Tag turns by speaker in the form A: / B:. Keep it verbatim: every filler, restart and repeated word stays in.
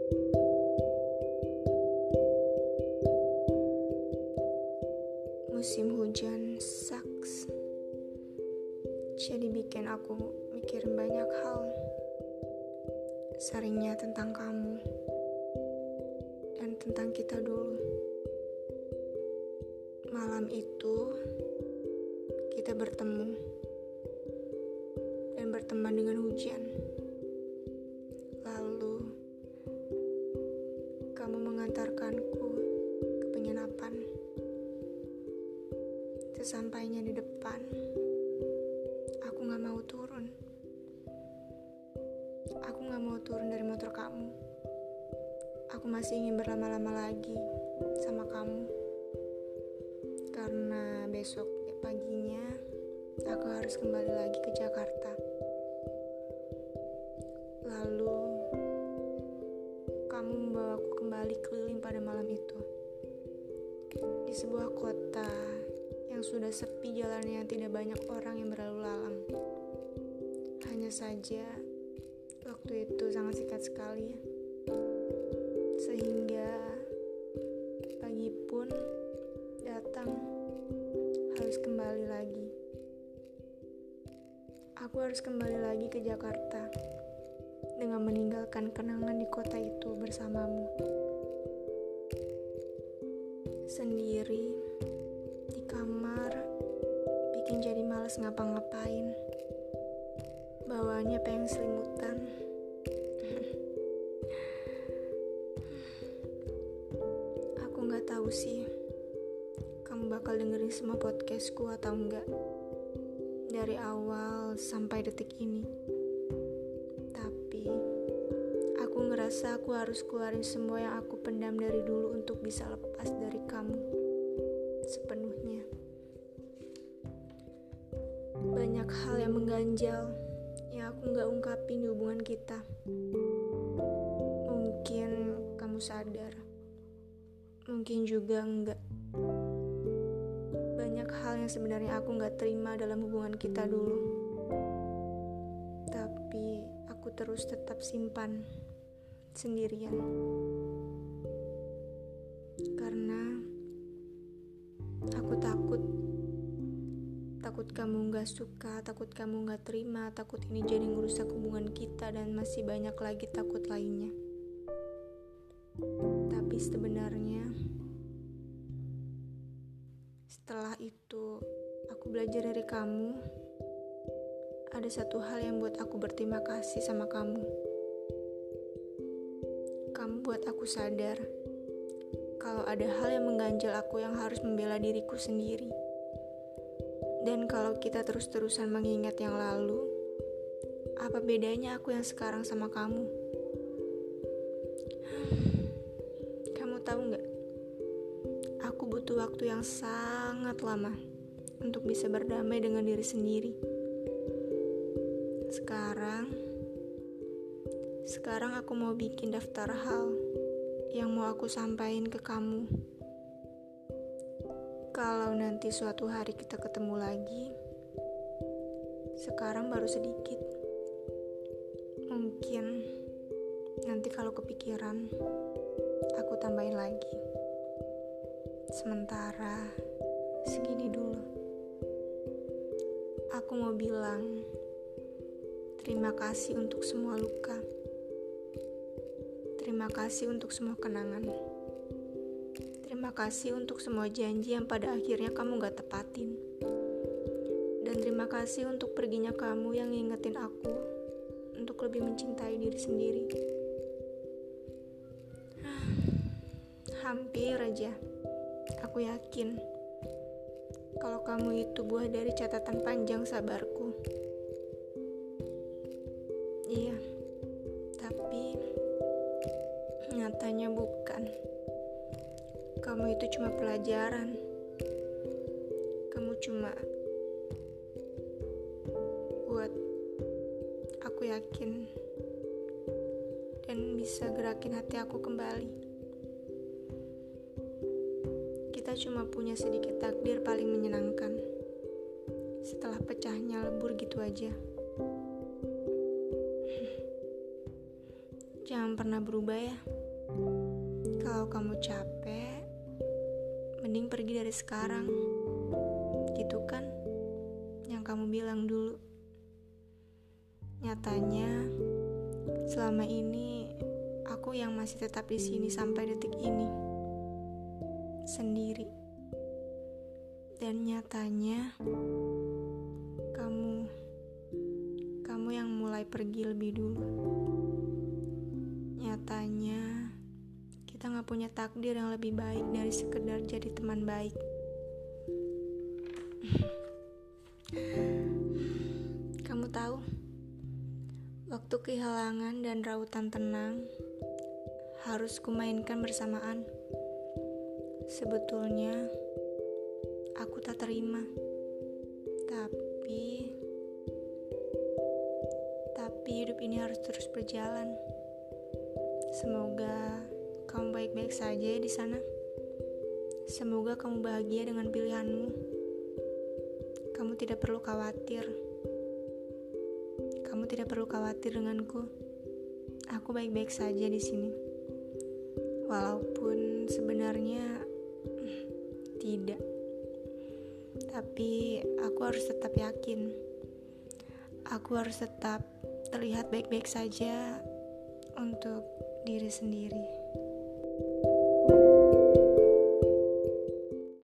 A: Musim hujan sucks. Jadi bikin aku mikirin banyak hal. Seringnya tentang kamu dan tentang kita dulu. Malam itu kita bertemu dan berteman dengan hujan. Lalu kamu mengantarkanku ke penginapan. Sesampainya di depan, aku gak mau turun. Aku gak mau turun dari motor kamu. Aku masih ingin berlama-lama lagi sama kamu. Karena besok paginya, aku harus kembali lagi ke Jakarta. Lalu, kamu membawaku kembali keliling pada malam itu. Di sebuah kota yang sudah sepi jalannya, yang tidak banyak orang yang berlalu lalang. Hanya saja waktu itu sangat singkat sekali, sehingga pagi pun datang harus kembali lagi. Aku harus kembali lagi ke Jakarta dengan meninggalkan kenangan di kota itu bersamamu. Sendiri di kamar, bikin jadi malas ngapa-ngapain. Bawaannya pengen selimutan. Aku gak tahu sih kamu bakal dengerin semua podcastku atau enggak, dari awal sampai detik ini. Tapi aku ngerasa aku harus keluarin semua yang aku pendam dari dulu untuk bisa lepas dari kamu sepenuhnya. Banyak hal yang mengganjal yang aku gak ungkapin di hubungan kita. Mungkin kamu sadar, mungkin juga enggak. Banyak hal yang sebenarnya aku gak terima dalam hubungan kita dulu, tapi aku terus tetap simpan sendirian. Karena aku takut Takut kamu gak suka, takut kamu gak terima, takut ini jadi ngerusak hubungan kita, dan masih banyak lagi takut lainnya. Tapi sebenarnya setelah itu aku belajar dari kamu. Ada satu hal yang buat aku berterima kasih sama kamu. Kamu buat aku sadar kalau ada hal yang mengganjal aku yang harus membela diriku sendiri. Dan kalau kita terus-terusan mengingat yang lalu, apa bedanya aku yang sekarang sama kamu? Kamu tahu gak? Aku butuh waktu yang sangat lama untuk bisa berdamai dengan diri sendiri. Sekarang, sekarang aku mau bikin daftar hal yang mau aku sampaikan ke kamu. Kalau nanti suatu hari kita ketemu lagi, sekarang baru sedikit. Mungkin nanti kalau kepikiran, aku tambahin lagi. Sementara segini dulu. Aku mau bilang terima kasih untuk semua luka. Terima kasih untuk semua kenangan. Terima kasih untuk semua janji yang pada akhirnya kamu gak tepatin. Dan terima kasih untuk perginya kamu yang ngingetin aku untuk lebih mencintai diri sendiri. Hampir aja aku yakin kalau kamu itu buah dari catatan panjang sabarku. Iya, tapi nyatanya bukan. Kamu itu cuma pelajaran. Kamu cuma buat aku yakin dan bisa gerakin hati aku kembali. Kita cuma punya sedikit takdir paling menyenangkan. Setelah pecahnya lebur gitu aja. Jangan pernah pernah berubah ya. Kalau kamu capek, mending pergi dari sekarang. Gitu kan yang kamu bilang dulu. Nyatanya selama ini aku yang masih tetap di sini sampai detik ini. Sendiri. Dan nyatanya kamu kamu yang mulai pergi lebih dulu. Nyatanya kita gak punya takdir yang lebih baik dari sekedar jadi teman baik. Kamu tahu, waktu kehilangan dan rautan tenang harus kumainkan bersamaan. Sebetulnya aku tak terima, tapi tapi hidup ini harus terus berjalan. Semoga kamu baik-baik saja ya di sana. Semoga kamu bahagia dengan pilihanmu. Kamu tidak perlu khawatir. Kamu tidak perlu khawatir denganku. Aku baik-baik saja di sini. Walaupun sebenarnya tidak. Tapi aku harus tetap yakin. Aku harus tetap terlihat baik-baik saja untuk diri sendiri.